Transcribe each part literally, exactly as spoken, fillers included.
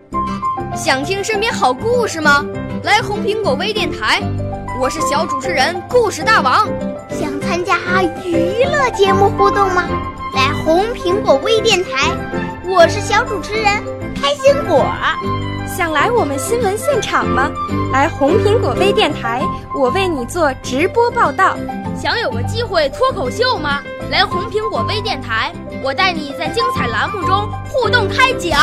想听身边好故事吗？来红苹果微电台，我是小主持人故事大王。 想参加娱乐节目互动吗？来红苹果微电台，我是小主持人开心果。 想来我们新闻现场吗？来红苹果微电台，我为你做直播报道。 想有个机会脱口秀吗？来红苹果微电台，我带你在精彩栏目中互动开讲。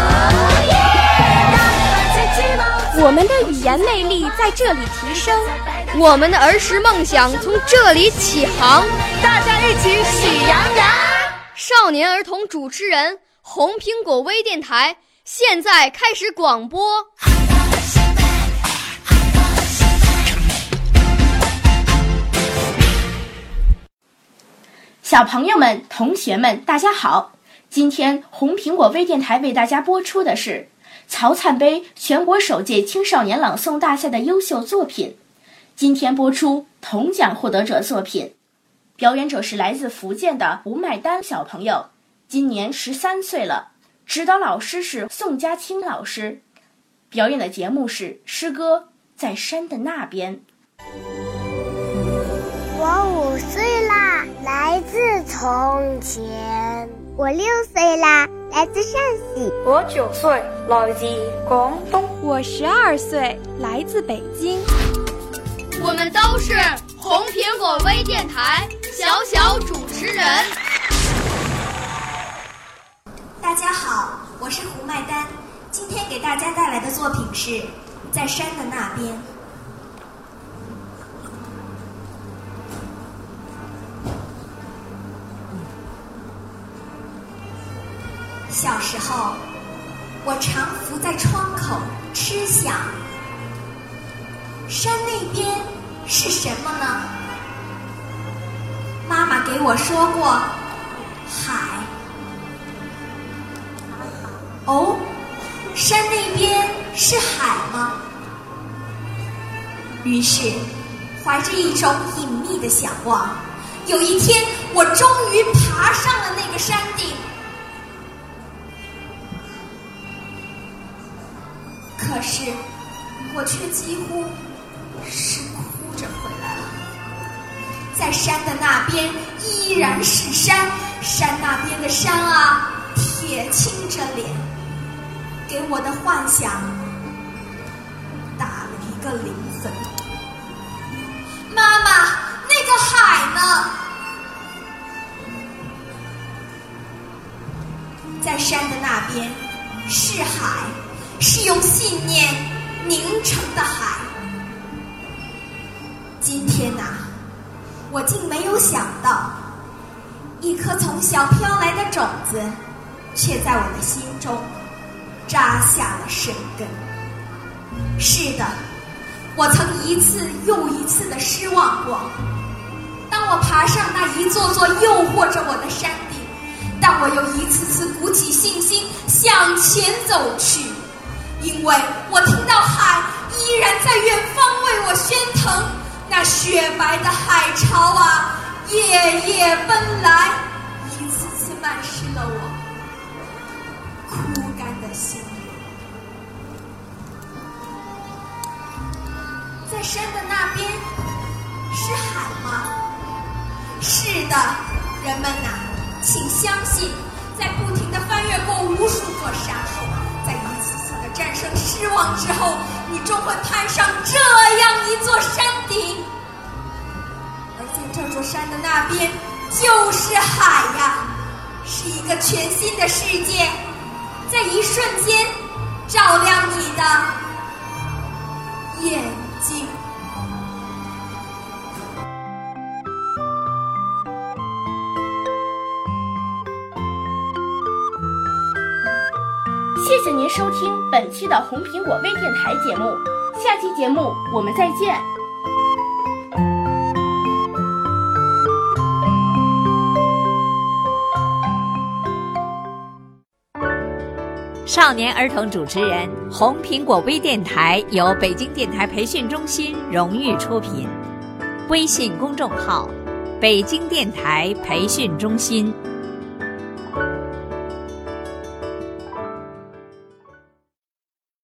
我们的语言魅力在这里提升， 我们的儿时梦想从这里起航。 大家一起喜羊羊。 少年儿童主持人，红苹果微电台现在开始广播。 小朋友们、同学们，大家好！今天红苹果微电台为大家播出的是曹灿杯全国首届青少年朗诵大赛的优秀作品。今天播出铜奖获得者作品，表演者是来自福建的吴麦丹小朋友，今年十三岁了，指导老师是宋家清老师。表演的节目是诗歌《在山的那边》。 我五岁啦，来自从前。我六岁啦，来自陕西。 我九岁，来自广东。 我十二岁，来自北京。 我们都是红苹果微电台小小主持人。 大家好，我是胡麦丹，今天给大家带来的作品是《在山的那边》。小时候，我常伏在窗口痴想，山那边是什么呢？妈妈给我说过，海。哦，山那边是海吗？于是，怀着一种隐秘的想望，有一天，我终于爬上了那个山顶。可是，我却几乎是哭着回来了。在山的那边依然是山，山那边的山啊，铁青着脸，给我的幻想打了一个零分。妈妈，那个海呢？在山的那边是海。是用信念凝成的海。今天呐、啊，我竟没有想到，一颗从小飘来的种子，却在我的心中扎下了深根。是的，我曾一次又一次的失望过。当我爬上那一座座诱惑着我的山顶，但我又一次次鼓起信心向前走去。因为我听到海依然在远方为我喧腾，那雪白的海潮啊，夜夜奔来，一次次漫湿了我枯干的心灵。在山的那边是海吗？是的，人们呐、啊，请相信，在不停地翻越过无数座山后，在一次次的战胜失望之后，你终会攀上这样一座山顶。而在这座山的那边就是海呀，是一个全新的世界，在一瞬间照亮你的眼睛。 谢谢您收听本期的红苹果微电台节目，下期节目我们再见。 少年儿童主持人，红苹果微电台由北京电台培训中心荣誉出品，微信公众号：北京电台培训中心。